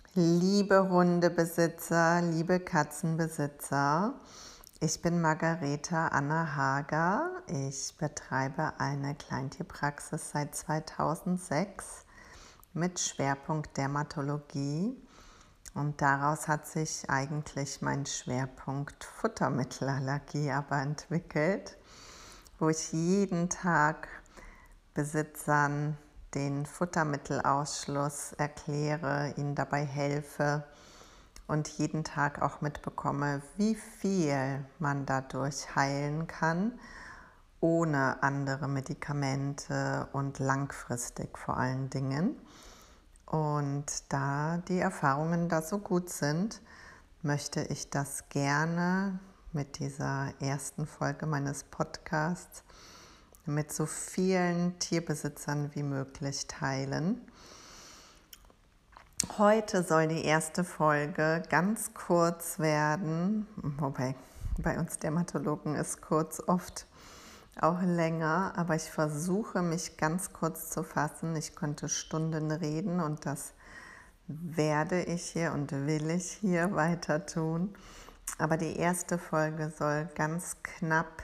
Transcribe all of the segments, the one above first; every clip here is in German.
Liebe Hundebesitzer, liebe Katzenbesitzer, ich bin Margareta Anna Hager. Ich betreibe eine Kleintierpraxis seit 2006 mit Schwerpunkt Dermatologie und daraus hat sich eigentlich mein Schwerpunkt Futtermittelallergie aber entwickelt, wo ich jeden Tag Besitzern den Futtermittelausschluss erkläre, ihnen dabei helfe und jeden Tag auch mitbekomme, wie viel man dadurch heilen kann, ohne andere Medikamente und langfristig vor allen Dingen. Und da die Erfahrungen da so gut sind, möchte ich das gerne mit dieser ersten Folge meines Podcasts mit so vielen Tierbesitzern wie möglich teilen. Heute soll die erste Folge ganz kurz werden, wobei bei uns Dermatologen ist kurz oft auch länger, aber ich versuche mich ganz kurz zu fassen. Ich konnte Stunden reden und das werde ich hier und will ich hier weiter tun. Aber die erste Folge soll ganz knapp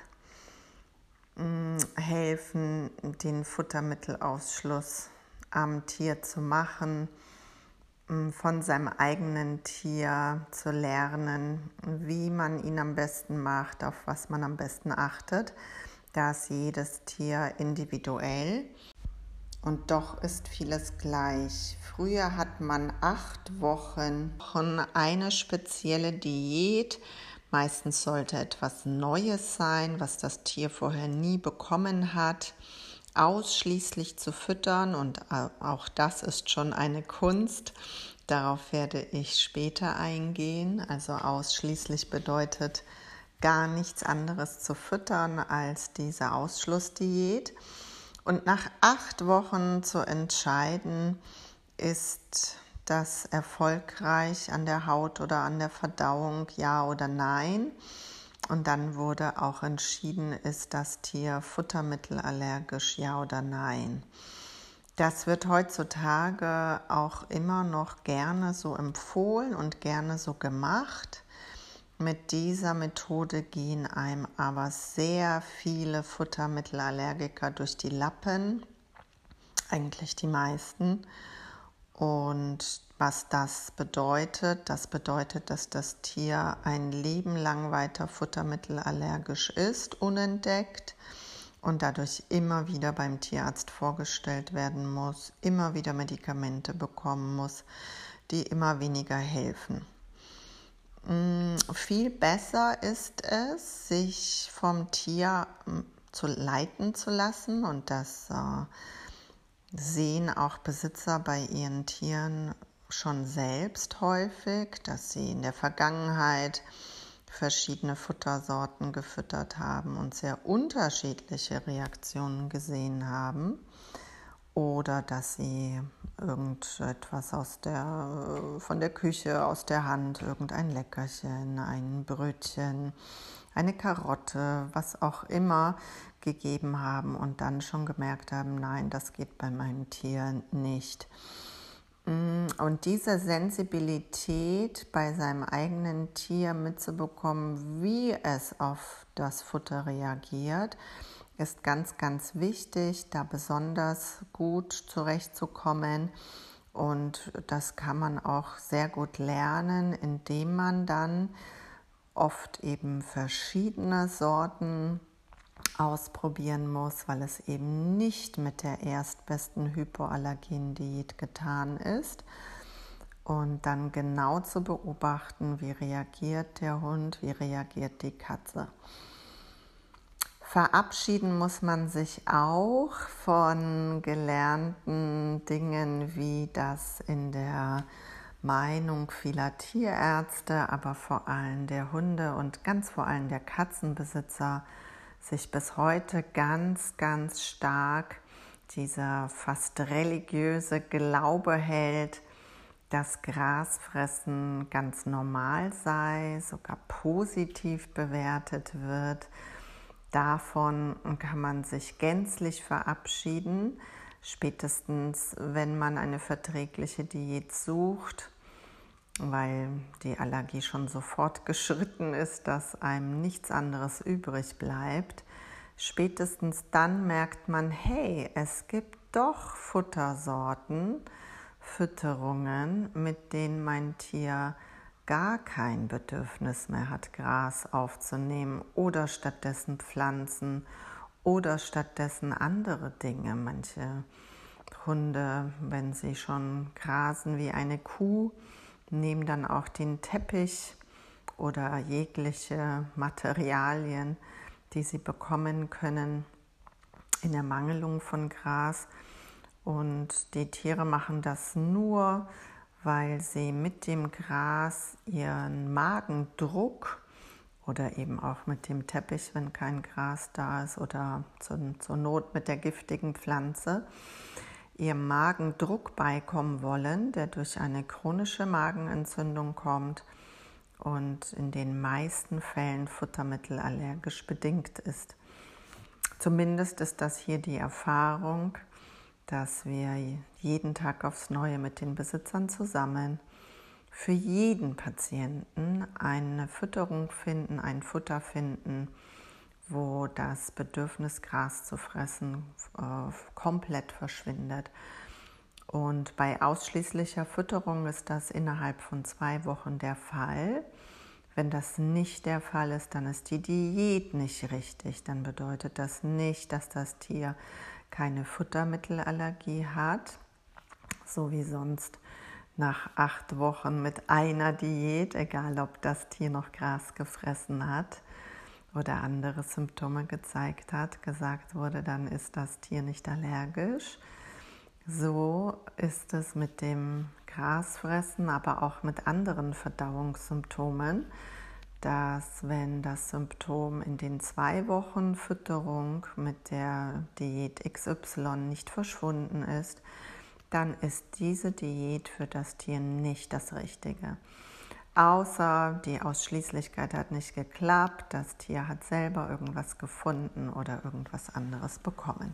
helfen, den Futtermittelausschluss am Tier zu machen, von seinem eigenen Tier zu lernen, wie man ihn am besten macht, auf was man am besten achtet. Da ist jedes Tier individuell und doch ist vieles gleich. Früher hat man 8 Wochen eine spezielle Diät. Meistens sollte etwas Neues sein, was das Tier vorher nie bekommen hat, ausschließlich zu füttern, und auch das ist schon eine Kunst. Darauf werde ich später eingehen. Also ausschließlich bedeutet gar nichts anderes zu füttern als diese Ausschlussdiät. Und nach 8 Wochen zu entscheiden, ist das erfolgreich an der Haut oder an der Verdauung, ja oder nein. Und dann wurde auch entschieden, ist das Tier futtermittelallergisch, ja oder nein. Das wird heutzutage auch immer noch gerne so empfohlen und gerne so gemacht. Mit dieser Methode gehen einem aber sehr viele Futtermittelallergiker durch die Lappen, eigentlich die meisten. Und was das bedeutet, dass das Tier ein Leben lang weiter futtermittelallergisch ist, unentdeckt und dadurch immer wieder beim Tierarzt vorgestellt werden muss, immer wieder Medikamente bekommen muss, die immer weniger helfen. Viel besser ist es, sich vom Tier leiten zu lassen, und das sehen auch Besitzer bei ihren Tieren schon selbst häufig, dass sie in der Vergangenheit verschiedene Futtersorten gefüttert haben und sehr unterschiedliche Reaktionen gesehen haben. Oder dass sie irgendetwas von der Küche, aus der Hand, irgendein Leckerchen, ein Brötchen, eine Karotte, was auch immer gegeben haben und dann schon gemerkt haben, nein, das geht bei meinem Tier nicht. Und diese Sensibilität bei seinem eigenen Tier mitzubekommen, wie es auf das Futter reagiert, ist ganz, ganz wichtig, da besonders gut zurechtzukommen. Und das kann man auch sehr gut lernen, indem man dann oft eben verschiedene Sorten ausprobieren muss, weil es eben nicht mit der erstbesten Hypoallergen-Diät getan ist. Und dann genau zu beobachten, wie reagiert der Hund, wie reagiert die Katze. Verabschieden muss man sich auch von gelernten Dingen, wie das in der Meinung vieler Tierärzte, aber vor allem der Hunde und ganz vor allem der Katzenbesitzer sich bis heute ganz, ganz stark dieser fast religiöse Glaube hält, dass Grasfressen ganz normal sei, sogar positiv bewertet wird. Davon kann man sich gänzlich verabschieden, spätestens wenn man eine verträgliche Diät sucht weil die Allergie schon so fortgeschritten ist, dass einem nichts anderes übrig bleibt. Spätestens dann merkt man, hey, es gibt doch Futtersorten, Fütterungen, mit denen mein Tier gar kein Bedürfnis mehr hat, Gras aufzunehmen oder stattdessen Pflanzen oder stattdessen andere Dinge. Manche Hunde, wenn sie schon grasen wie eine Kuh, nehmen dann auch den Teppich oder jegliche Materialien, die sie bekommen können, in Ermangelung von Gras. Und die Tiere machen das nur, weil sie mit dem Gras ihren Magendruck oder eben auch mit dem Teppich, wenn kein Gras da ist, oder zur Not mit der giftigen Pflanze, ihrem Magendruck beikommen wollen, der durch eine chronische Magenentzündung kommt und in den meisten Fällen futtermittelallergisch bedingt ist. Zumindest ist das hier die Erfahrung, dass wir jeden Tag aufs Neue mit den Besitzern zusammen für jeden Patienten eine Fütterung finden, ein Futter finden, wo das Bedürfnis, Gras zu fressen, komplett verschwindet. Und bei ausschließlicher Fütterung ist das innerhalb von 2 Wochen der Fall. Wenn das nicht der Fall ist, dann ist die Diät nicht richtig. Dann bedeutet das nicht, dass das Tier keine Futtermittelallergie hat, so wie sonst nach 8 Wochen mit einer Diät, egal ob das Tier noch Gras gefressen hat oder andere Symptome gezeigt hat, gesagt wurde, dann ist das Tier nicht allergisch. So ist es mit dem Grasfressen, aber auch mit anderen Verdauungssymptomen, dass wenn das Symptom in den 2 Wochen Fütterung mit der Diät XY nicht verschwunden ist, dann ist diese Diät für das Tier nicht das Richtige. Außer die Ausschließlichkeit hat nicht geklappt, das Tier hat selber irgendwas gefunden oder irgendwas anderes bekommen.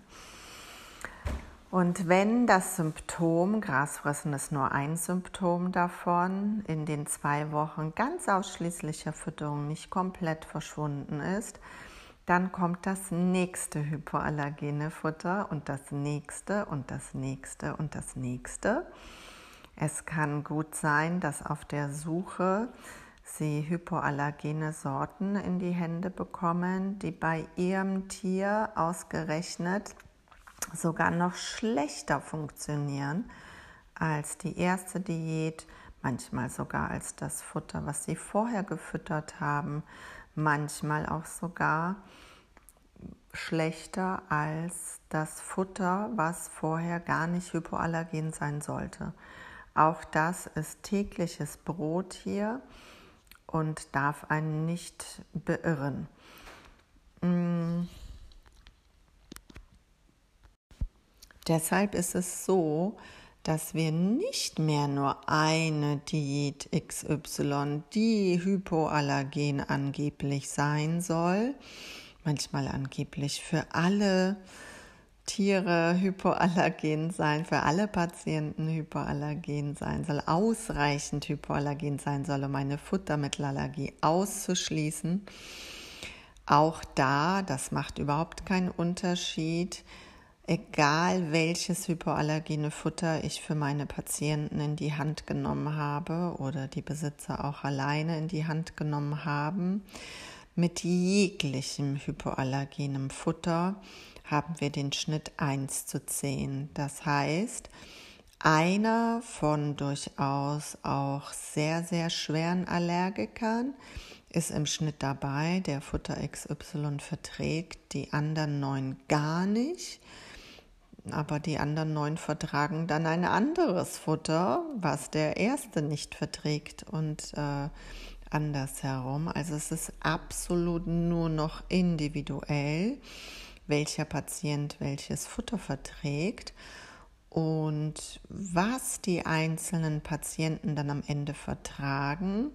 Und wenn das Symptom, Grasfressen ist nur ein Symptom davon, in den 2 Wochen ganz ausschließlicher Fütterung nicht komplett verschwunden ist, dann kommt das nächste hypoallergene Futter und das nächste und das nächste und das nächste. Es kann gut sein, dass auf der Suche Sie hypoallergene Sorten in die Hände bekommen, die bei Ihrem Tier ausgerechnet sogar noch schlechter funktionieren als die erste Diät, manchmal sogar als das Futter, was Sie vorher gefüttert haben, manchmal auch sogar schlechter als das Futter, was vorher gar nicht hypoallergen sein sollte. Auch das ist tägliches Brot hier und darf einen nicht beirren. Deshalb ist es so, dass wir nicht mehr nur eine Diät XY, die hypoallergen angeblich sein soll, manchmal angeblich für alle Tiere hypoallergen sein, für alle Patienten hypoallergen sein soll, ausreichend hypoallergen sein soll, um eine Futtermittelallergie auszuschließen. Auch da, das macht überhaupt keinen Unterschied, egal welches hypoallergene Futter ich für meine Patienten in die Hand genommen habe oder die Besitzer auch alleine in die Hand genommen haben, mit jeglichem hypoallergenem Futter haben wir den Schnitt 1:10. Das heißt, einer von durchaus auch sehr, sehr schweren Allergikern ist im Schnitt dabei, der Futter XY verträgt, die anderen 9 gar nicht. Aber die anderen 9 vertragen dann ein anderes Futter, was der erste nicht verträgt und andersherum. Also es ist absolut nur noch individuell, welcher Patient welches Futter verträgt. Und was die einzelnen Patienten dann am Ende vertragen,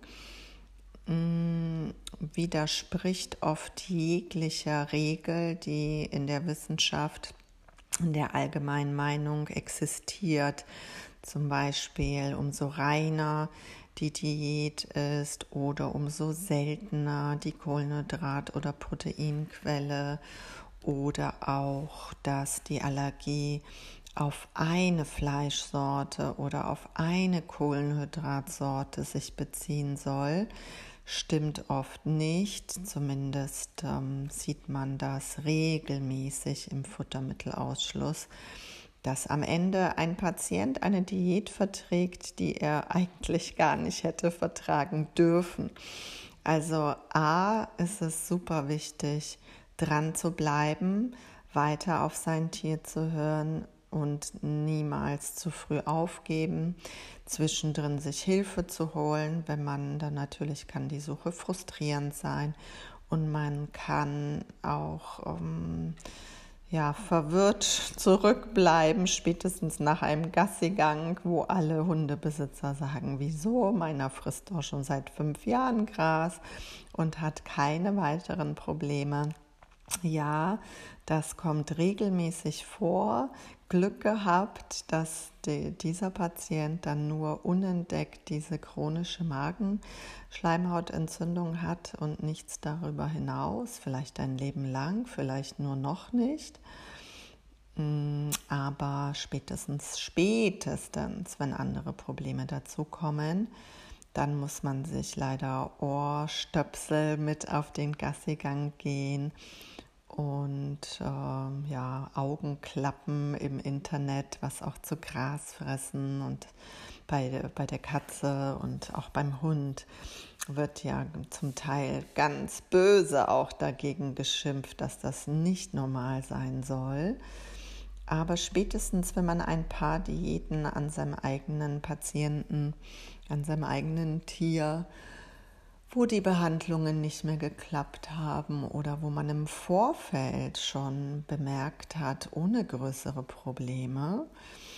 widerspricht oft jeglicher Regel, die in der Wissenschaft, in der allgemeinen Meinung existiert. Zum Beispiel umso reiner die Diät ist oder umso seltener die Kohlenhydrat- oder Proteinquelle oder auch, dass die Allergie auf eine Fleischsorte oder auf eine Kohlenhydratsorte sich beziehen soll, stimmt oft nicht. Zumindest sieht man das regelmäßig im Futtermittelausschluss, dass am Ende ein Patient eine Diät verträgt, die er eigentlich gar nicht hätte vertragen dürfen. Also A, ist es super wichtig, dran zu bleiben, weiter auf sein Tier zu hören und niemals zu früh aufgeben, zwischendrin sich Hilfe zu holen, wenn man dann natürlich kann die Suche frustrierend sein und man kann auch verwirrt zurückbleiben, spätestens nach einem Gassigang, wo alle Hundebesitzer sagen, wieso, meiner frisst doch schon seit 5 Jahren Gras und hat keine weiteren Probleme. Ja, das kommt regelmäßig vor. Glück gehabt, dass dieser Patient dann nur unentdeckt diese chronische Magenschleimhautentzündung hat und nichts darüber hinaus, vielleicht ein Leben lang, vielleicht nur noch nicht. Aber spätestens, wenn andere Probleme dazukommen, dann muss man sich leider Ohrstöpsel mit auf den Gassigang gehen und Augenklappen im Internet, was auch zu Grasfressen und bei der Katze und auch beim Hund wird ja zum Teil ganz böse auch dagegen geschimpft, dass das nicht normal sein soll. Aber spätestens, wenn man ein paar Diäten an seinem eigenen Patienten, an seinem eigenen Tier, wo die Behandlungen nicht mehr geklappt haben oder wo man im Vorfeld schon bemerkt hat, ohne größere Probleme,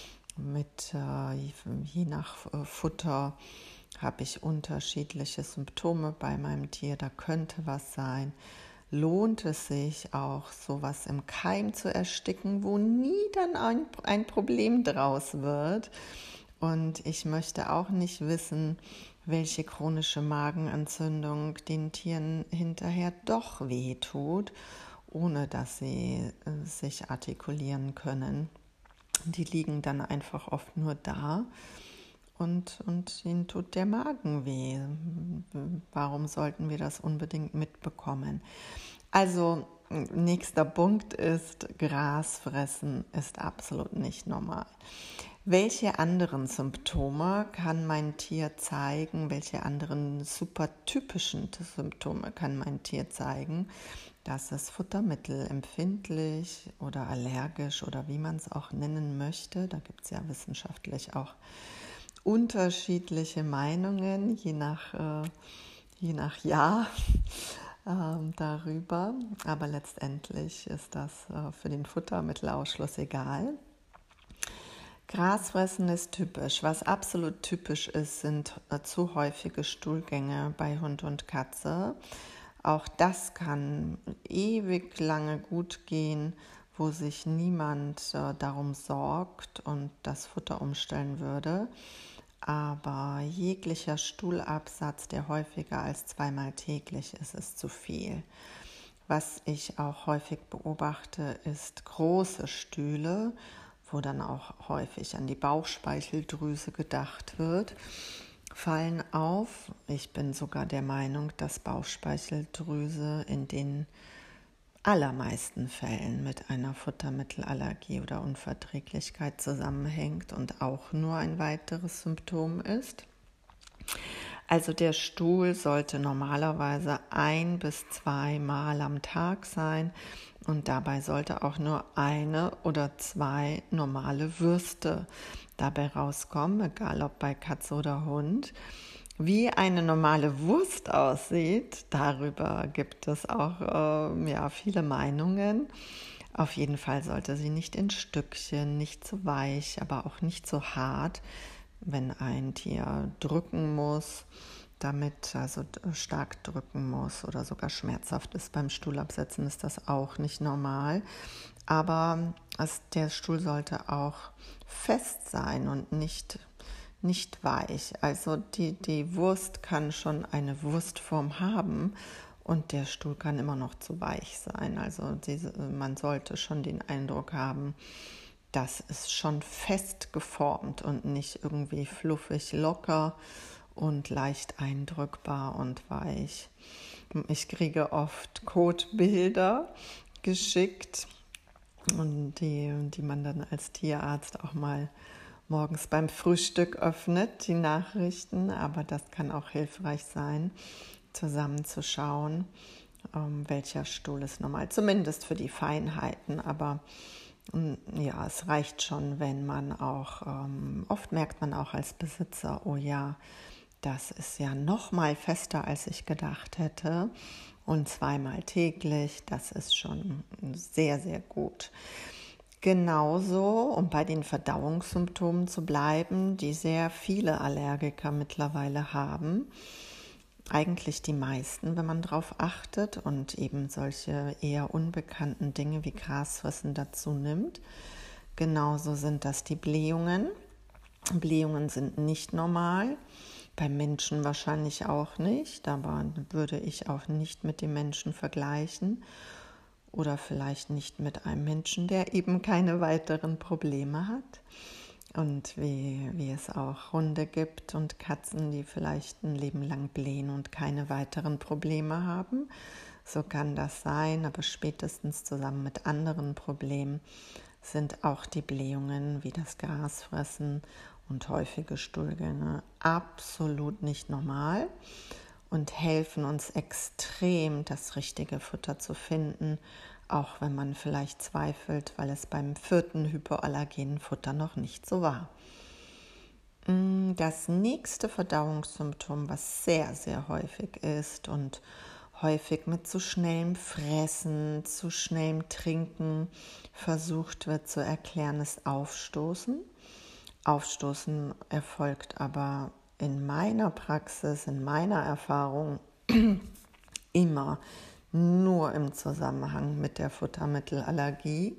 je nach Futter habe ich unterschiedliche Symptome bei meinem Tier, da könnte was sein. Lohnt es sich auch, sowas im Keim zu ersticken, wo nie dann ein Problem draus wird. Und ich möchte auch nicht wissen, welche chronische Magenentzündung den Tieren hinterher doch wehtut, ohne dass sie sich artikulieren können. Die liegen dann einfach oft nur da und ihnen tut der Magen weh. Warum sollten wir das unbedingt mitbekommen? Also nächster Punkt ist, Gras fressen ist absolut nicht normal. Welche anderen Symptome kann mein Tier zeigen? Welche anderen super typischen Symptome kann mein Tier zeigen? Dass es futtermittelempfindlich oder allergisch oder wie man es auch nennen möchte, da gibt es ja wissenschaftlich auch unterschiedliche Meinungen, je nach Jahr darüber. Aber letztendlich ist das für den Futtermittelausschluss egal. Grasfressen ist typisch. Was absolut typisch ist, sind zu häufige Stuhlgänge bei Hund und Katze. Auch das kann ewig lange gut gehen, wo sich niemand darum sorgt und das Futter umstellen würde. Aber jeglicher Stuhlabsatz, der häufiger als 2-mal täglich ist, ist zu viel. Was ich auch häufig beobachte, ist große Stühle, wo dann auch häufig an die Bauchspeicheldrüse gedacht wird, fallen auf. Ich bin sogar der Meinung, dass Bauchspeicheldrüse in den allermeisten Fällen mit einer Futtermittelallergie oder Unverträglichkeit zusammenhängt und auch nur ein weiteres Symptom ist. Also der Stuhl sollte normalerweise 1 bis 2 Mal am Tag sein und dabei sollte auch nur 1 oder 2 normale Würste dabei rauskommen, egal ob bei Katze oder Hund. Wie eine normale Wurst aussieht, darüber gibt es auch viele Meinungen. Auf jeden Fall sollte sie nicht in Stückchen, nicht zu weich, aber auch nicht zu hart, wenn ein Tier drücken muss, also stark drücken muss oder sogar schmerzhaft ist beim Stuhlabsetzen, ist das auch nicht normal. Aber der Stuhl sollte auch fest sein und nicht weich. Also die Wurst kann schon eine Wurstform haben und der Stuhl kann immer noch zu weich sein. Also man sollte schon den Eindruck haben, das ist schon fest geformt und nicht irgendwie fluffig locker und leicht eindrückbar und weich. Ich kriege oft Kotbilder geschickt, und die man dann als Tierarzt auch mal morgens beim Frühstück öffnet, die Nachrichten. Aber das kann auch hilfreich sein, zusammenzuschauen, welcher Stuhl ist normal, zumindest für die Feinheiten. Aber ja, es reicht schon, wenn man auch, oft merkt man auch als Besitzer, oh ja, das ist ja noch mal fester, als ich gedacht hätte. Und 2-mal täglich, das ist schon sehr, sehr gut. Genauso, um bei den Verdauungssymptomen zu bleiben, die sehr viele Allergiker mittlerweile haben. Eigentlich die meisten, wenn man darauf achtet und eben solche eher unbekannten Dinge wie Grasfressen dazu nimmt. Genauso sind das die Blähungen. Blähungen sind nicht normal. Beim Menschen wahrscheinlich auch nicht, aber würde ich auch nicht mit dem Menschen vergleichen oder vielleicht nicht mit einem Menschen, der eben keine weiteren Probleme hat. Und wie es auch Hunde gibt und Katzen, die vielleicht ein Leben lang blähen und keine weiteren Probleme haben. So kann das sein, aber spätestens zusammen mit anderen Problemen sind auch die Blähungen wie das Grasfressen und häufige Stuhlgänge absolut nicht normal und helfen uns extrem, das richtige Futter zu finden, auch wenn man vielleicht zweifelt, weil es beim 4. hypoallergenen Futter noch nicht so war. Das nächste Verdauungssymptom, was sehr, sehr häufig ist und häufig mit zu schnellem Fressen, zu schnellem Trinken versucht wird zu erklären, ist Aufstoßen. Aufstoßen erfolgt aber in meiner Praxis, in meiner Erfahrung immer nur im Zusammenhang mit der Futtermittelallergie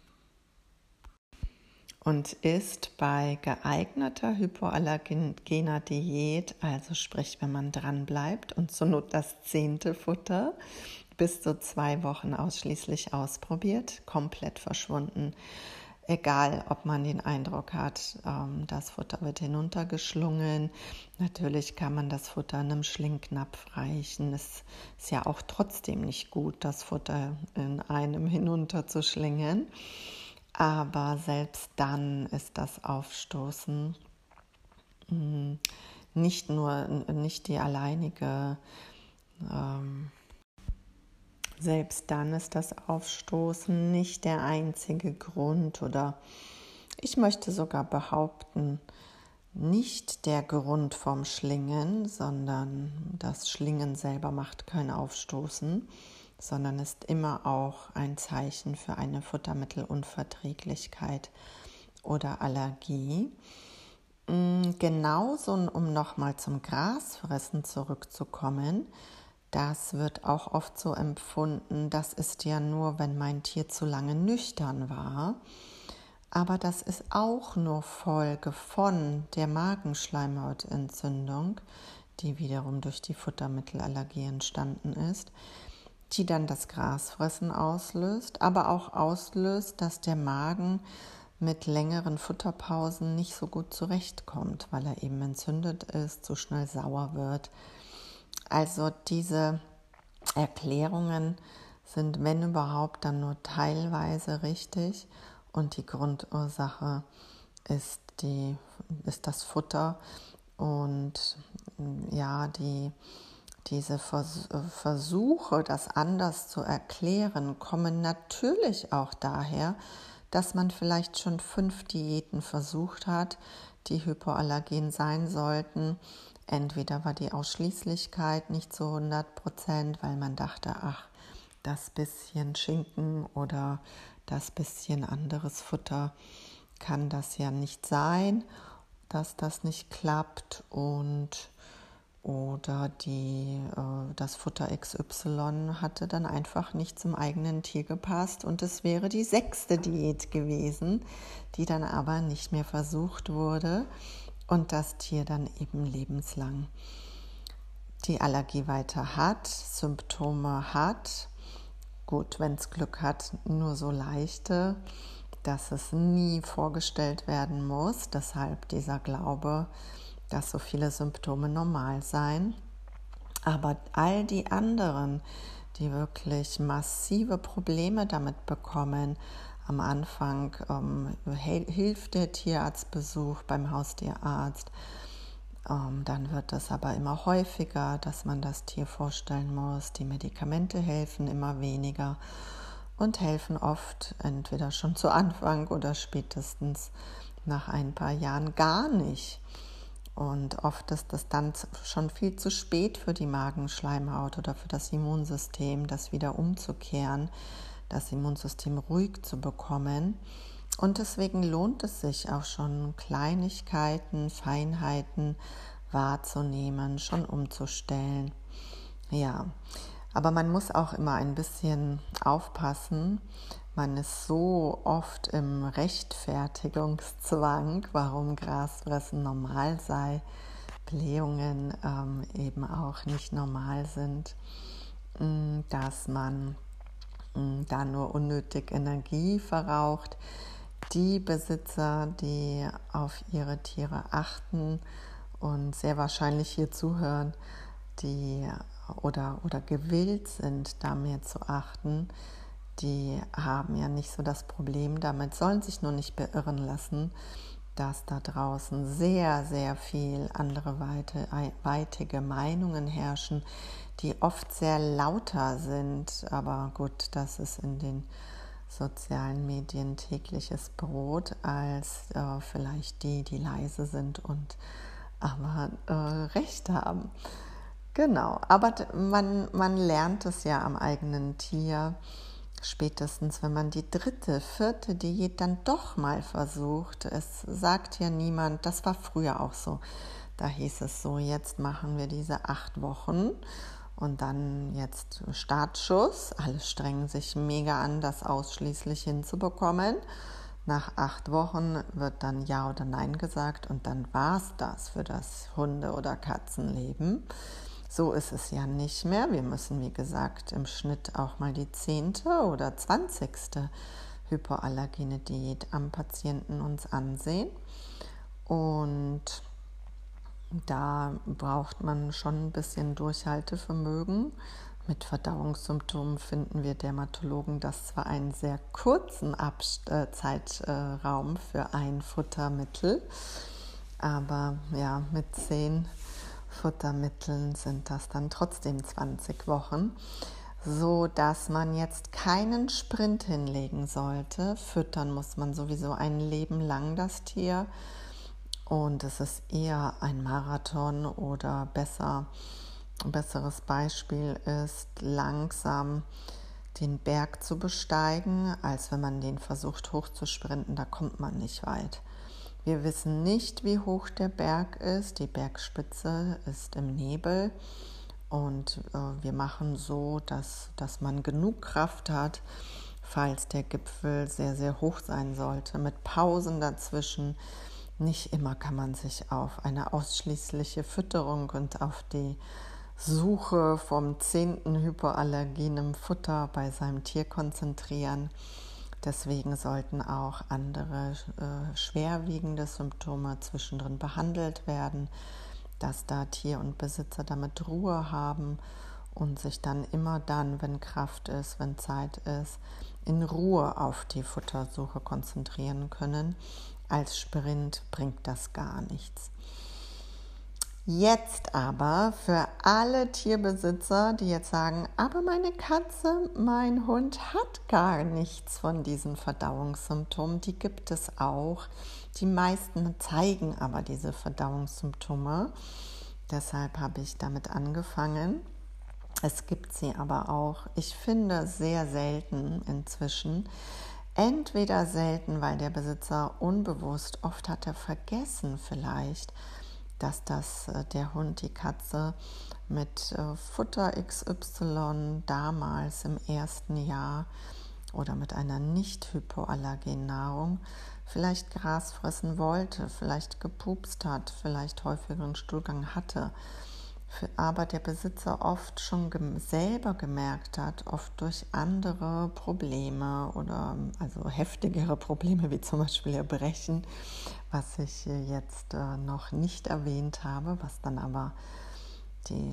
und ist bei geeigneter hypoallergener Diät, also sprich, wenn man dran bleibt und zur Not das 10. Futter bis zu 2 Wochen ausschließlich ausprobiert, komplett verschwunden. Egal, ob man den Eindruck hat, das Futter wird hinuntergeschlungen. Natürlich kann man das Futter in einem Schlingknapf reichen. Es ist ja auch trotzdem nicht gut, das Futter in einem hinunterzuschlingen. Aber selbst dann ist das Aufstoßen nicht die alleinige, selbst dann ist das Aufstoßen nicht der einzige Grund oder ich möchte sogar behaupten, nicht der Grund vom Schlingen, sondern das Schlingen selber macht kein Aufstoßen, sondern ist immer auch ein Zeichen für eine Futtermittelunverträglichkeit oder Allergie. Genauso, um nochmal zum Grasfressen zurückzukommen, das wird auch oft so empfunden, das ist ja nur, wenn mein Tier zu lange nüchtern war. Aber das ist auch nur Folge von der Magenschleimhautentzündung, die wiederum durch die Futtermittelallergie entstanden ist, die dann das Grasfressen auslöst, aber auch auslöst, dass der Magen mit längeren Futterpausen nicht so gut zurechtkommt, weil er eben entzündet ist, so schnell sauer wird. Also diese Erklärungen sind, wenn überhaupt, dann nur teilweise richtig und die Grundursache ist das Futter und ja, diese Versuche, das anders zu erklären, kommen natürlich auch daher, dass man vielleicht schon 5 Diäten versucht hat, die hypoallergen sein sollten. Entweder war die Ausschließlichkeit nicht zu 100%, weil man dachte, ach, das bisschen Schinken oder das bisschen anderes Futter kann das ja nicht sein, dass das nicht klappt oder das Futter XY hatte dann einfach nicht zum eigenen Tier gepasst und es wäre die 6. Diät gewesen, die dann aber nicht mehr versucht wurde und das Tier dann eben lebenslang die Allergie weiter hat, Symptome hat. Gut, wenn es Glück hat, nur so leichte, dass es nie vorgestellt werden muss. Deshalb dieser Glaube, dass so viele Symptome normal seien. Aber all die anderen, die wirklich massive Probleme damit bekommen, am Anfang hilft der Tierarztbesuch beim Haustierarzt. Dann wird es aber immer häufiger, dass man das Tier vorstellen muss. Die Medikamente helfen immer weniger und helfen oft entweder schon zu Anfang oder spätestens nach ein paar Jahren gar nicht. Und oft ist das dann schon viel zu spät für die Magenschleimhaut oder für das Immunsystem, das wieder umzukehren, das Immunsystem ruhig zu bekommen. Und deswegen lohnt es sich auch schon, Kleinigkeiten, Feinheiten wahrzunehmen, schon umzustellen. Ja, aber man muss auch immer ein bisschen aufpassen. Man ist so oft im Rechtfertigungszwang, warum Grasfressen normal sei, Blähungen eben auch nicht normal sind, dass man da nur unnötig Energie verraucht. Die Besitzer, die auf ihre Tiere achten und sehr wahrscheinlich hier zuhören, die oder gewillt sind, da mehr zu achten, die haben ja nicht so das Problem damit, sollen sich nur nicht beirren lassen, dass da draußen sehr, sehr viel andere weitige Meinungen herrschen, die oft sehr lauter sind. Aber gut, das ist in den sozialen Medien tägliches Brot, als vielleicht die leise sind und aber Recht haben. Genau, aber man lernt es ja am eigenen Tier, spätestens wenn man die 3., 4. Diät dann doch mal versucht. Es sagt ja niemand, das war früher auch so, da hieß es so, jetzt machen wir diese 8 Wochen und dann jetzt Startschuss. Alle strengen sich mega an, das ausschließlich hinzubekommen. Nach 8 Wochen wird dann Ja oder Nein gesagt und dann war es das für das Hunde- oder Katzenleben. So ist es ja nicht mehr. Wir müssen, wie gesagt, im Schnitt auch mal die 10. oder 20. hypoallergene Diät am Patienten uns ansehen. Und da braucht man schon ein bisschen Durchhaltevermögen. Mit Verdauungssymptomen finden wir Dermatologen das zwar einen sehr kurzen Zeitraum für ein Futtermittel, aber ja, mit 10 Futtermitteln sind das dann trotzdem 20 Wochen, so dass man jetzt keinen Sprint hinlegen sollte. Füttern muss man sowieso ein Leben lang das Tier. Und es ist eher ein Marathon oder besseres Beispiel ist, langsam den Berg zu besteigen, als wenn man den versucht hochzusprinten, da kommt man nicht weit. Wir wissen nicht, wie hoch der Berg ist. Die Bergspitze ist im Nebel und wir machen so, dass man genug Kraft hat, falls der Gipfel sehr, sehr hoch sein sollte, mit Pausen dazwischen. Nicht immer kann man sich auf eine ausschließliche Fütterung und auf die Suche vom 10. hypoallergenem Futter bei seinem Tier konzentrieren. Deswegen sollten auch andere schwerwiegende Symptome zwischendrin behandelt werden, dass da Tier und Besitzer damit Ruhe haben und sich dann immer dann, wenn Kraft ist, wenn Zeit ist, in Ruhe auf die Futtersuche konzentrieren können. Als Sprint bringt das gar nichts. Jetzt aber für alle Tierbesitzer, die jetzt sagen, aber meine Katze, mein Hund hat gar nichts von diesen Verdauungssymptomen, die gibt es auch. Die meisten zeigen aber diese Verdauungssymptome. Deshalb habe ich damit angefangen. Es gibt sie aber auch, ich finde, sehr selten inzwischen. Entweder selten, weil der Besitzer unbewusst, oft hat er vergessen vielleicht, dass der Hund, die Katze mit Futter XY damals im ersten Jahr oder mit einer nicht hypoallergenen Nahrung vielleicht Gras fressen wollte, vielleicht gepupst hat, vielleicht häufigeren Stuhlgang hatte, aber der Besitzer oft schon selber gemerkt hat, oft durch andere Probleme oder also heftigere Probleme wie zum Beispiel Erbrechen, was ich jetzt noch nicht erwähnt habe, was dann aber die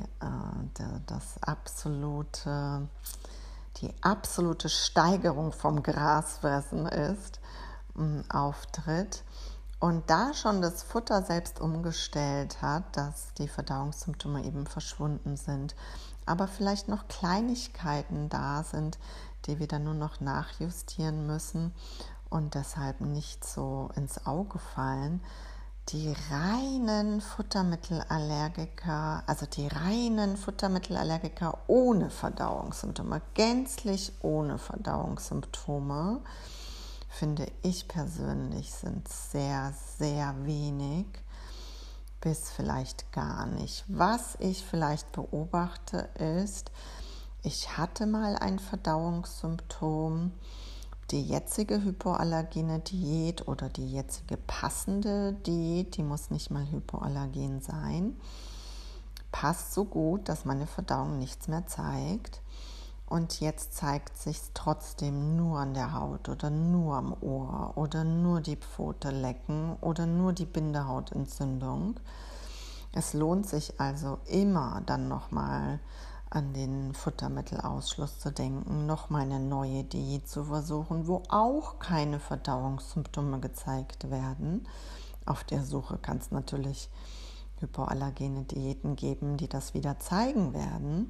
absolute Steigerung vom Grasfressen ist, auftritt und da schon das Futter selbst umgestellt hat, dass die Verdauungssymptome eben verschwunden sind, aber vielleicht noch Kleinigkeiten da sind, die wir dann nur noch nachjustieren müssen und deshalb nicht so ins Auge fallen. Die reinen Futtermittelallergiker, ohne Verdauungssymptome, gänzlich ohne Verdauungssymptome, finde ich persönlich, sind sehr, sehr wenig bis vielleicht gar nicht. Was ich vielleicht beobachte ist, ich hatte mal ein Verdauungssymptom. Die jetzige hypoallergene Diät oder die jetzige passende Diät, die muss nicht mal hypoallergen sein, passt so gut, dass meine Verdauung nichts mehr zeigt. Und jetzt zeigt sich trotzdem nur an der Haut oder nur am Ohr oder nur die Pfote lecken oder nur die Bindehautentzündung. Es lohnt sich also immer dann nochmal an den Futtermittelausschluss zu denken, nochmal eine neue Diät zu versuchen, wo auch keine Verdauungssymptome gezeigt werden. Auf der Suche kann es natürlich hypoallergene Diäten geben, die das wieder zeigen werden.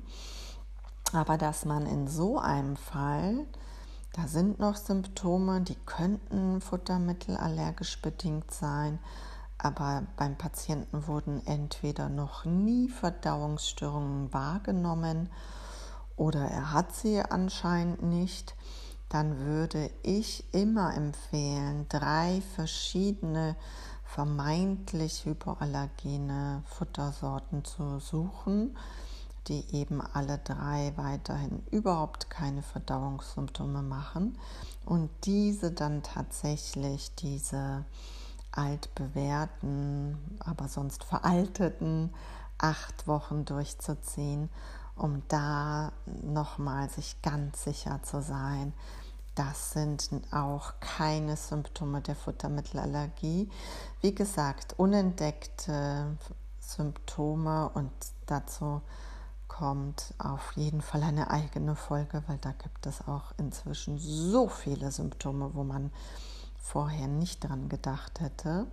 Aber dass man in so einem Fall, da sind noch Symptome, die könnten futtermittelallergisch bedingt sein, aber beim Patienten wurden entweder noch nie Verdauungsstörungen wahrgenommen oder er hat sie anscheinend nicht, dann würde ich immer empfehlen, 3 verschiedene vermeintlich hypoallergene Futtersorten zu suchen, die eben alle 3 weiterhin überhaupt keine Verdauungssymptome machen und diese dann tatsächlich diese altbewährten, aber sonst veralteten 8 Wochen durchzuziehen, um da nochmal sich ganz sicher zu sein, das sind auch keine Symptome der Futtermittelallergie. Wie gesagt, unentdeckte Symptome und dazu kommt auf jeden Fall eine eigene Folge, weil da gibt es auch inzwischen so viele Symptome, wo man vorher nicht dran gedacht hätte.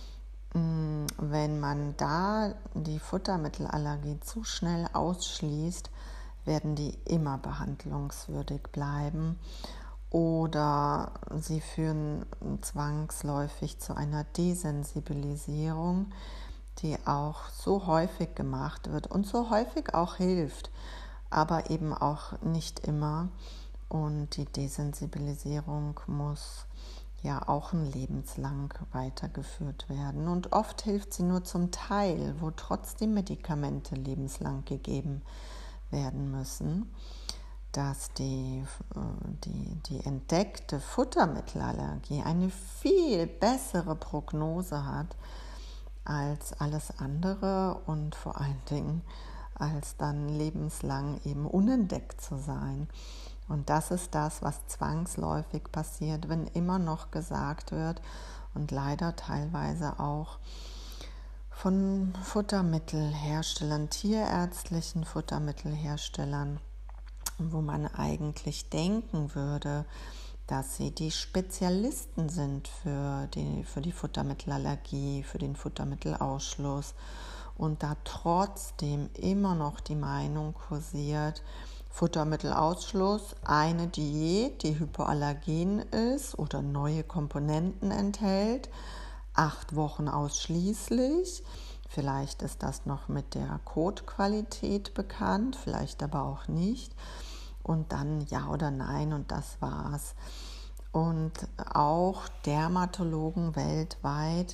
Wenn man da die Futtermittelallergie zu schnell ausschließt, werden die immer behandlungswürdig bleiben oder sie führen zwangsläufig zu einer Desensibilisierung, die auch so häufig gemacht wird und so häufig auch hilft, aber eben auch nicht immer. Und die Desensibilisierung muss ja auch ein lebenslang weitergeführt werden. Und oft hilft sie nur zum Teil, wo trotzdem Medikamente lebenslang gegeben werden müssen, dass die entdeckte Futtermittelallergie eine viel bessere Prognose hat als alles andere und vor allen Dingen als dann lebenslang eben unentdeckt zu sein. Und das ist das, was zwangsläufig passiert, wenn immer noch gesagt wird und leider teilweise auch von Futtermittelherstellern, tierärztlichen Futtermittelherstellern, wo man eigentlich denken würde, dass sie die Spezialisten sind für die Futtermittelallergie, für den Futtermittelausschluss und da trotzdem immer noch die Meinung kursiert, Futtermittelausschluss, eine Diät, die hypoallergen ist oder neue Komponenten enthält, 8 Wochen ausschließlich. Vielleicht ist das noch mit der Kotqualität bekannt, vielleicht aber auch nicht. Und dann ja oder nein und das war's. Und auch Dermatologen weltweit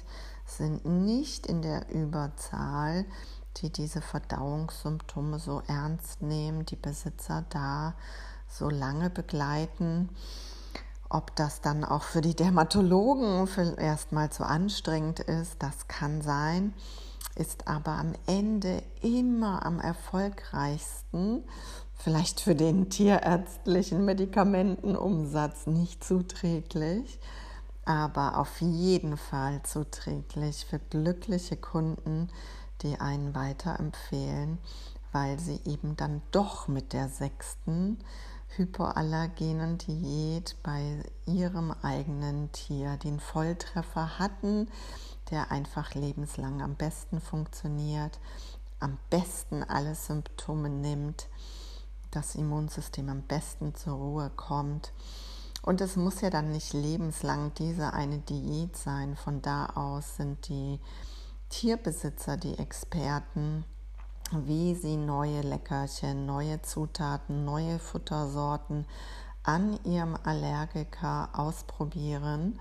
sind nicht in der Überzahl, die diese Verdauungssymptome so ernst nehmen, die Besitzer da so lange begleiten. Ob das dann auch für die Dermatologen erstmal zu anstrengend ist, das kann sein, ist aber am Ende immer am erfolgreichsten, vielleicht für den tierärztlichen Medikamentenumsatz nicht zuträglich, aber auf jeden Fall zuträglich für glückliche Kunden, die einen weiterempfehlen, weil sie eben dann doch mit der 6. hypoallergenen Diät bei ihrem eigenen Tier den Volltreffer hatten, der einfach lebenslang am besten funktioniert, am besten alle Symptome nimmt, das Immunsystem am besten zur Ruhe kommt. Und es muss ja dann nicht lebenslang diese eine Diät sein. Von da aus sind die Tierbesitzer die Experten, wie sie neue Leckerchen, neue Zutaten, neue Futtersorten an ihrem Allergiker ausprobieren,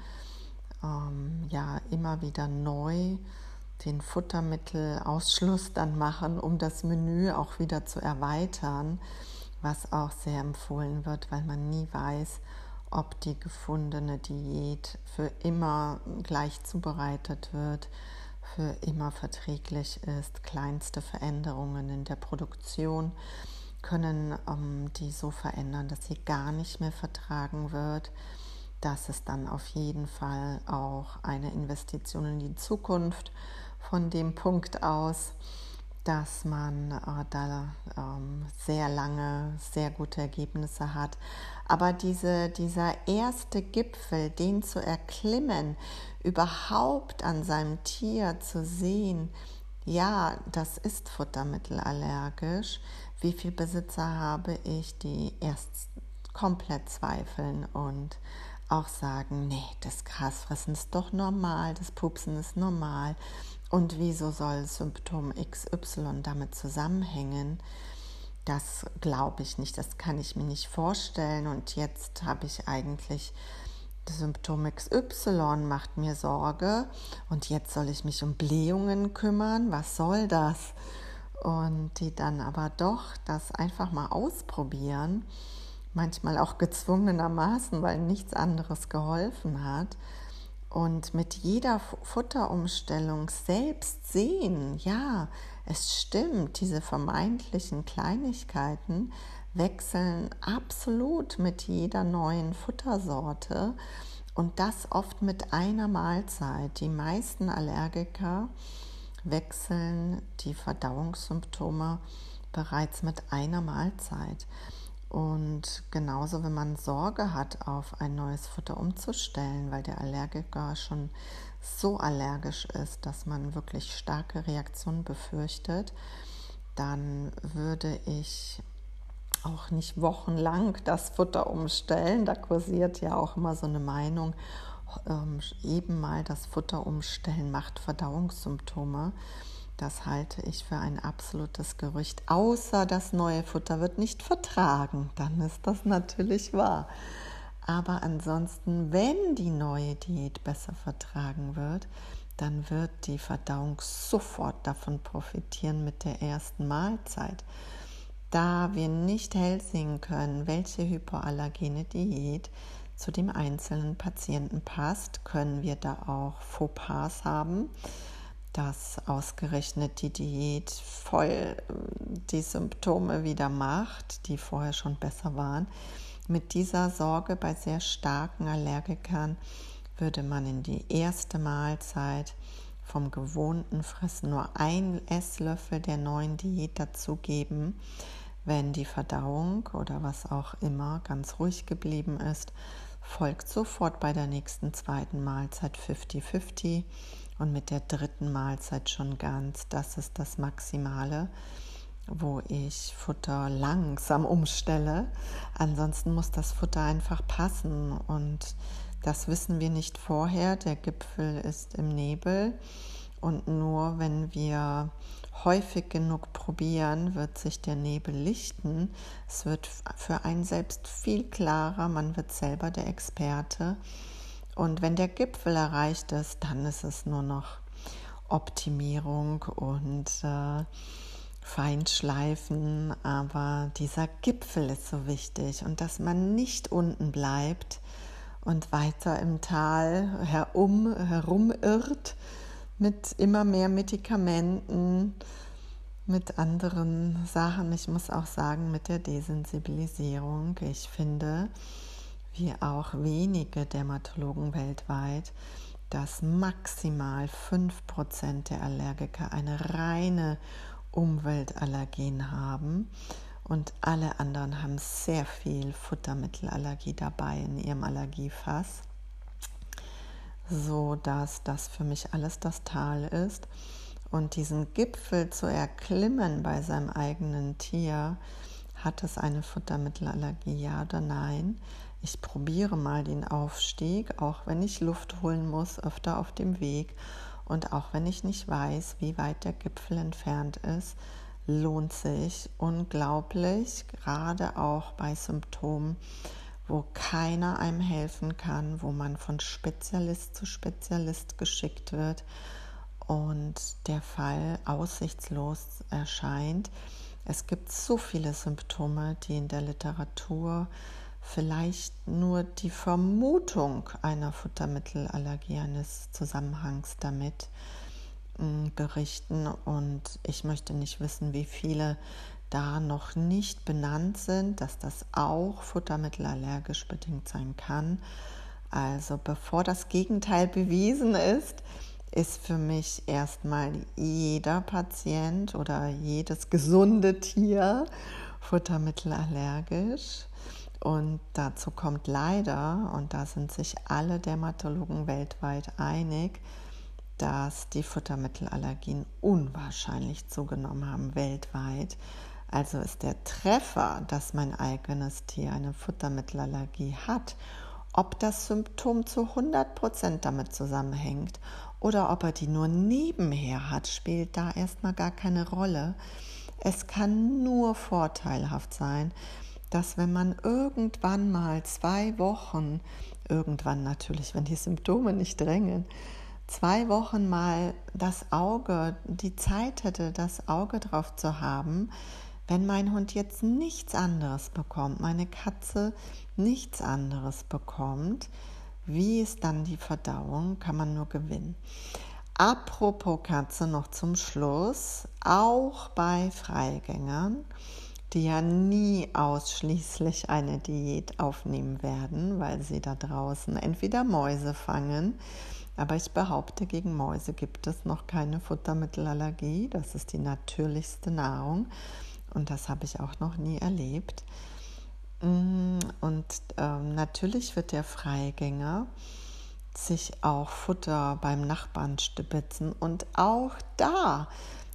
immer wieder neu den Futtermittelausschluss dann machen, um das Menü auch wieder zu erweitern, was auch sehr empfohlen wird, weil man nie weiß, ob die gefundene Diät für immer gleich zubereitet wird, für immer verträglich ist. Kleinste Veränderungen in der Produktion können die so verändern, dass sie gar nicht mehr vertragen wird. Das ist dann auf jeden Fall auch eine Investition in die Zukunft von dem Punkt aus, dass man da sehr lange sehr gute Ergebnisse hat. Aber dieser erste Gipfel, den zu erklimmen, überhaupt an seinem Tier zu sehen, ja, das ist futtermittelallergisch. Wie viele Besitzer habe ich, die erst komplett zweifeln und auch sagen, nee, das Grasfressen ist doch normal, das Pupsen ist normal. Und wieso soll Symptom XY damit zusammenhängen? Das glaube ich nicht, das kann ich mir nicht vorstellen. Und jetzt habe ich eigentlich das Symptom XY, macht mir Sorge. Und jetzt soll ich mich um Blähungen kümmern, was soll das? Und die dann aber doch das einfach mal ausprobieren, manchmal auch gezwungenermaßen, weil nichts anderes geholfen hat. Und mit jeder Futterumstellung selbst sehen, ja, es stimmt, diese vermeintlichen Kleinigkeiten wechseln absolut mit jeder neuen Futtersorte und das oft mit einer Mahlzeit. Die meisten Allergiker wechseln die Verdauungssymptome bereits mit einer Mahlzeit. Und genauso, wenn man Sorge hat, auf ein neues Futter umzustellen, weil der Allergiker schon so allergisch ist, dass man wirklich starke Reaktionen befürchtet, dann würde ich auch nicht wochenlang das Futter umstellen. Da kursiert ja auch immer so eine Meinung, eben mal das Futter umstellen macht Verdauungssymptome. Das halte ich für ein absolutes Gerücht, außer das neue Futter wird nicht vertragen, dann ist das natürlich wahr. Aber ansonsten, wenn die neue Diät besser vertragen wird, dann wird die Verdauung sofort davon profitieren mit der ersten Mahlzeit. Da wir nicht hell sehen können, welche hypoallergene Diät zu dem einzelnen Patienten passt, können wir da auch Fauxpas haben, dass ausgerechnet die Diät voll die Symptome wieder macht, die vorher schon besser waren. Mit dieser Sorge bei sehr starken Allergikern würde man in die erste Mahlzeit vom gewohnten Fressen nur 1 Esslöffel der neuen Diät dazugeben. Wenn die Verdauung oder was auch immer ganz ruhig geblieben ist, folgt sofort bei der nächsten zweiten Mahlzeit 50-50 und mit der dritten Mahlzeit schon ganz. Das ist das Maximale, wo ich Futter langsam umstelle. Ansonsten muss das Futter einfach passen und das wissen wir nicht vorher. Der Gipfel ist im Nebel und nur wenn wir häufig genug probieren, wird sich der Nebel lichten. Es wird für einen selbst viel klarer, man wird selber der Experte. Und wenn der Gipfel erreicht ist, dann ist es nur noch Optimierung und Feinschleifen, aber dieser Gipfel ist so wichtig und dass man nicht unten bleibt und weiter im Tal herumirrt mit immer mehr Medikamenten, mit anderen Sachen. Ich muss auch sagen, mit der Desensibilisierung. Ich finde, wie auch wenige Dermatologen weltweit, dass maximal 5% der Allergiker eine reine Umweltallergien haben und alle anderen haben sehr viel Futtermittelallergie dabei in ihrem Allergiefass, so dass das für mich alles das Tal ist. Und diesen Gipfel zu erklimmen bei seinem eigenen Tier, hat es eine Futtermittelallergie, ja oder nein? Ich probiere mal den Aufstieg, auch wenn ich Luft holen muss, öfter auf dem Weg. Und auch wenn ich nicht weiß, wie weit der Gipfel entfernt ist, lohnt sich unglaublich, gerade auch bei Symptomen, wo keiner einem helfen kann, wo man von Spezialist zu Spezialist geschickt wird und der Fall aussichtslos erscheint. Es gibt so viele Symptome, die in der Literatur vielleicht nur die Vermutung einer Futtermittelallergie, eines Zusammenhangs damit berichten. Und ich möchte nicht wissen, wie viele da noch nicht benannt sind, dass das auch futtermittelallergisch bedingt sein kann. Also bevor das Gegenteil bewiesen ist für mich erstmal jeder Patient oder jedes gesunde Tier futtermittelallergisch. Und dazu kommt leider, und da sind sich alle Dermatologen weltweit einig, dass die Futtermittelallergien unwahrscheinlich zugenommen haben weltweit. Also ist der Treffer, dass mein eigenes Tier eine Futtermittelallergie hat, ob das Symptom zu 100% damit zusammenhängt oder ob er die nur nebenher hat, spielt da erstmal gar keine Rolle. Es kann nur vorteilhaft sein, dass wenn man irgendwann mal 2 Wochen, irgendwann natürlich, wenn die Symptome nicht drängen, 2 Wochen mal die Zeit hätte, das Auge drauf zu haben, wenn mein Hund jetzt nichts anderes bekommt, meine Katze nichts anderes bekommt, wie ist dann die Verdauung, kann man nur gewinnen. Apropos Katze noch zum Schluss, auch bei Freigängern, die ja nie ausschließlich eine Diät aufnehmen werden, weil sie da draußen entweder Mäuse fangen, aber ich behaupte, gegen Mäuse gibt es noch keine Futtermittelallergie, das ist die natürlichste Nahrung und das habe ich auch noch nie erlebt. Und natürlich wird der Freigänger sich auch Futter beim Nachbarn stibitzen und auch da,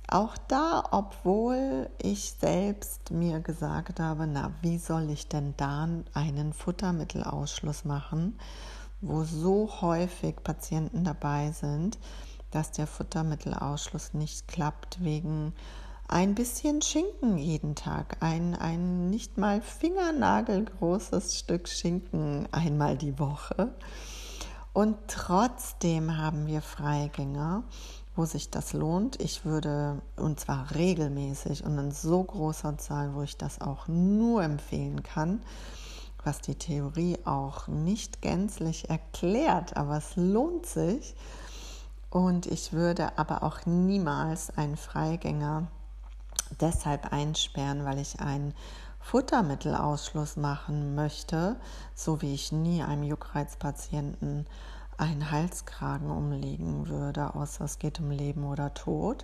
obwohl ich selbst mir gesagt habe, na, wie soll ich denn da einen Futtermittelausschluss machen, wo so häufig Patienten dabei sind, dass der Futtermittelausschluss nicht klappt wegen ein bisschen Schinken jeden Tag, ein nicht mal fingernagelgroßes Stück Schinken einmal die Woche. Und trotzdem haben wir Freigänger, wo sich das lohnt. Ich würde, und zwar regelmäßig und in so großer Zahl, wo ich das auch nur empfehlen kann, was die Theorie auch nicht gänzlich erklärt, aber es lohnt sich. Und ich würde aber auch niemals einen Freigänger deshalb einsperren, weil ich einen Futtermittelausschluss machen möchte, so wie ich nie einem Juckreizpatienten einen Halskragen umlegen würde, außer es geht um Leben oder Tod,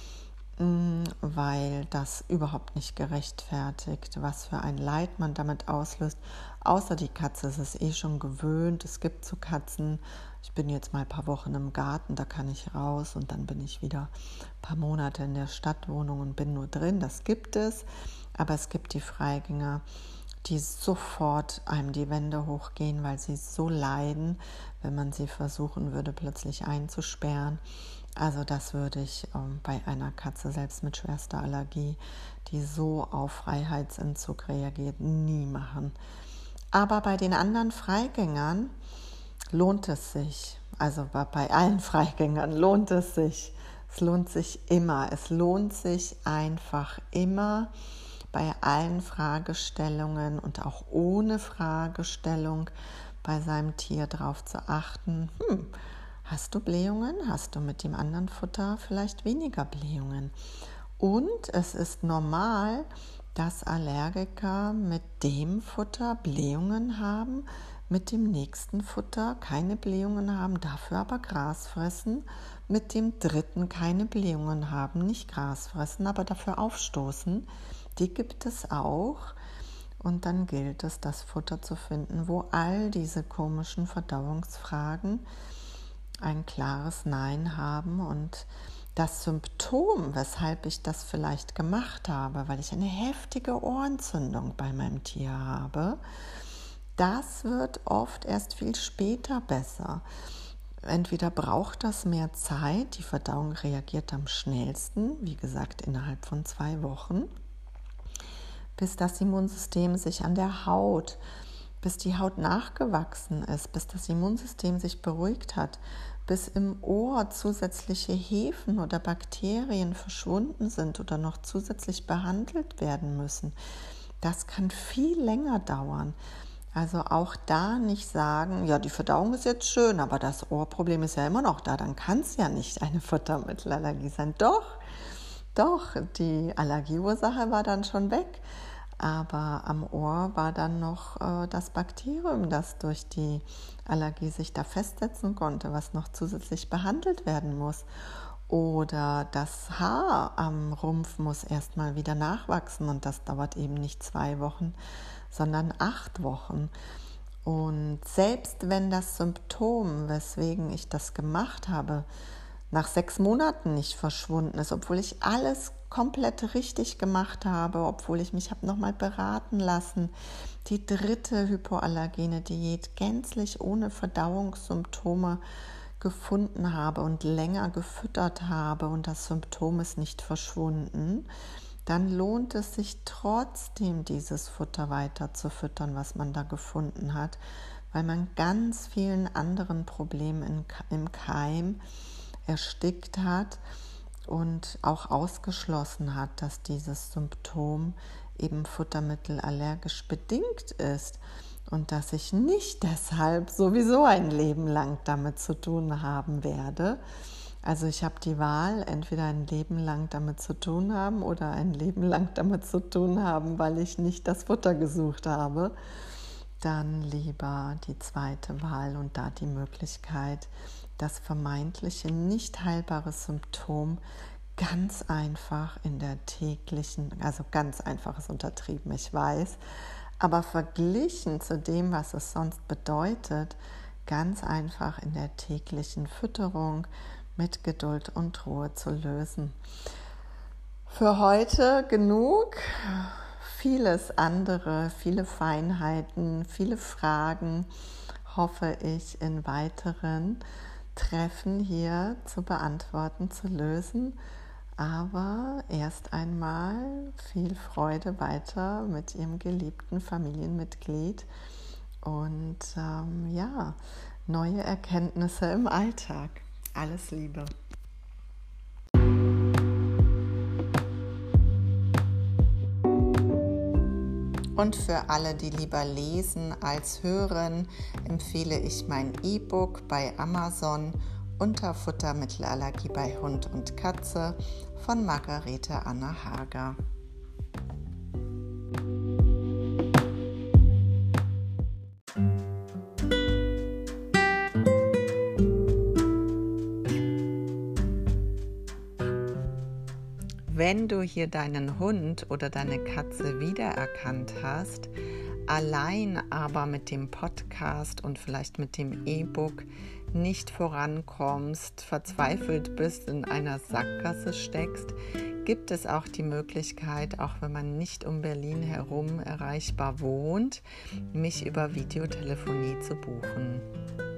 weil das überhaupt nicht gerechtfertigt, was für ein Leid man damit auslöst. Außer die Katze ist es schon gewöhnt. Es gibt so Katzen, ich bin jetzt mal ein paar Wochen im Garten, da kann ich raus und dann bin ich wieder ein paar Monate in der Stadtwohnung und bin nur drin. Das gibt es, aber es gibt die Freigänger, die sofort einem die Wände hochgehen, weil sie so leiden, wenn man sie versuchen würde, plötzlich einzusperren. Also das würde ich bei einer Katze, selbst mit schwerster Allergie, die so auf Freiheitsentzug reagiert, nie machen. Aber bei den anderen Freigängern lohnt es sich, also bei allen Freigängern lohnt es sich, Es lohnt sich immer. Es lohnt sich einfach immer, bei allen Fragestellungen und auch ohne Fragestellung bei seinem Tier darauf zu achten, hast du Blähungen? Hast du mit dem anderen Futter vielleicht weniger Blähungen? Und es ist normal, dass Allergiker mit dem Futter Blähungen haben, mit dem nächsten Futter keine Blähungen haben, dafür aber Gras fressen, mit dem dritten keine Blähungen haben, nicht Gras fressen, aber dafür aufstoßen. Die gibt es auch. Und dann gilt es, das Futter zu finden, wo all diese komischen Verdauungsfragen ein klares Nein haben. Und das Symptom, weshalb ich das vielleicht gemacht habe, weil ich eine heftige Ohrentzündung bei meinem Tier habe, das wird oft erst viel später besser. Entweder braucht das mehr Zeit, die Verdauung reagiert am schnellsten, wie gesagt innerhalb von 2 Wochen, bis das Immunsystem sich an der Haut, bis die Haut nachgewachsen ist, bis das Immunsystem sich beruhigt hat, bis im Ohr zusätzliche Hefen oder Bakterien verschwunden sind oder noch zusätzlich behandelt werden müssen. Das kann viel länger dauern. Also auch da nicht sagen, ja, die Verdauung ist jetzt schön, aber das Ohrproblem ist ja immer noch da, dann kann es ja nicht eine Futtermittelallergie sein. Doch, die Allergieursache war dann schon weg, aber am Ohr war dann noch das Bakterium, das durch die Allergie sich da festsetzen konnte, was noch zusätzlich behandelt werden muss. Oder das Haar am Rumpf muss erstmal wieder nachwachsen und das dauert eben nicht 2 Wochen, sondern 8 Wochen. Und selbst wenn das Symptom, weswegen ich das gemacht habe, nach 6 Monaten nicht verschwunden ist, obwohl ich alles komplett richtig gemacht habe, obwohl ich mich habe nochmal beraten lassen, die 3. hypoallergene Diät gänzlich ohne Verdauungssymptome gefunden habe und länger gefüttert habe und das Symptom ist nicht verschwunden, dann lohnt es sich trotzdem, dieses Futter weiter zu füttern, was man da gefunden hat, weil man ganz vielen anderen Problemen im Keim erstickt hat und auch ausgeschlossen hat, dass dieses Symptom eben futtermittelallergisch bedingt ist und dass ich nicht deshalb sowieso ein Leben lang damit zu tun haben werde. Also ich habe die Wahl, entweder ein Leben lang damit zu tun haben oder ein Leben lang damit zu tun haben, weil ich nicht das Futter gesucht habe. Dann lieber die 2. Wahl und da die Möglichkeit, das vermeintliche nicht heilbare Symptom ganz einfach in der täglichen, also ganz einfach ist untertrieben, ich weiß, aber verglichen zu dem, was es sonst bedeutet, ganz einfach in der täglichen Fütterung mit Geduld und Ruhe zu lösen. Für heute genug. Vieles andere, viele Feinheiten, viele Fragen hoffe ich in weiteren Treffen hier zu beantworten, zu lösen. Aber erst einmal viel Freude weiter mit Ihrem geliebten Familienmitglied und neue Erkenntnisse im Alltag. Alles Liebe. Und für alle, die lieber lesen als hören, empfehle ich mein E-Book bei Amazon unter Futtermittelallergie bei Hund und Katze von Margarete Anna Hager. Wenn du hier deinen Hund oder deine Katze wiedererkannt hast, allein aber mit dem Podcast und vielleicht mit dem E-Book nicht vorankommst, verzweifelt bist, in einer Sackgasse steckst, gibt es auch die Möglichkeit, auch wenn man nicht um Berlin herum erreichbar wohnt, mich über Videotelefonie zu buchen.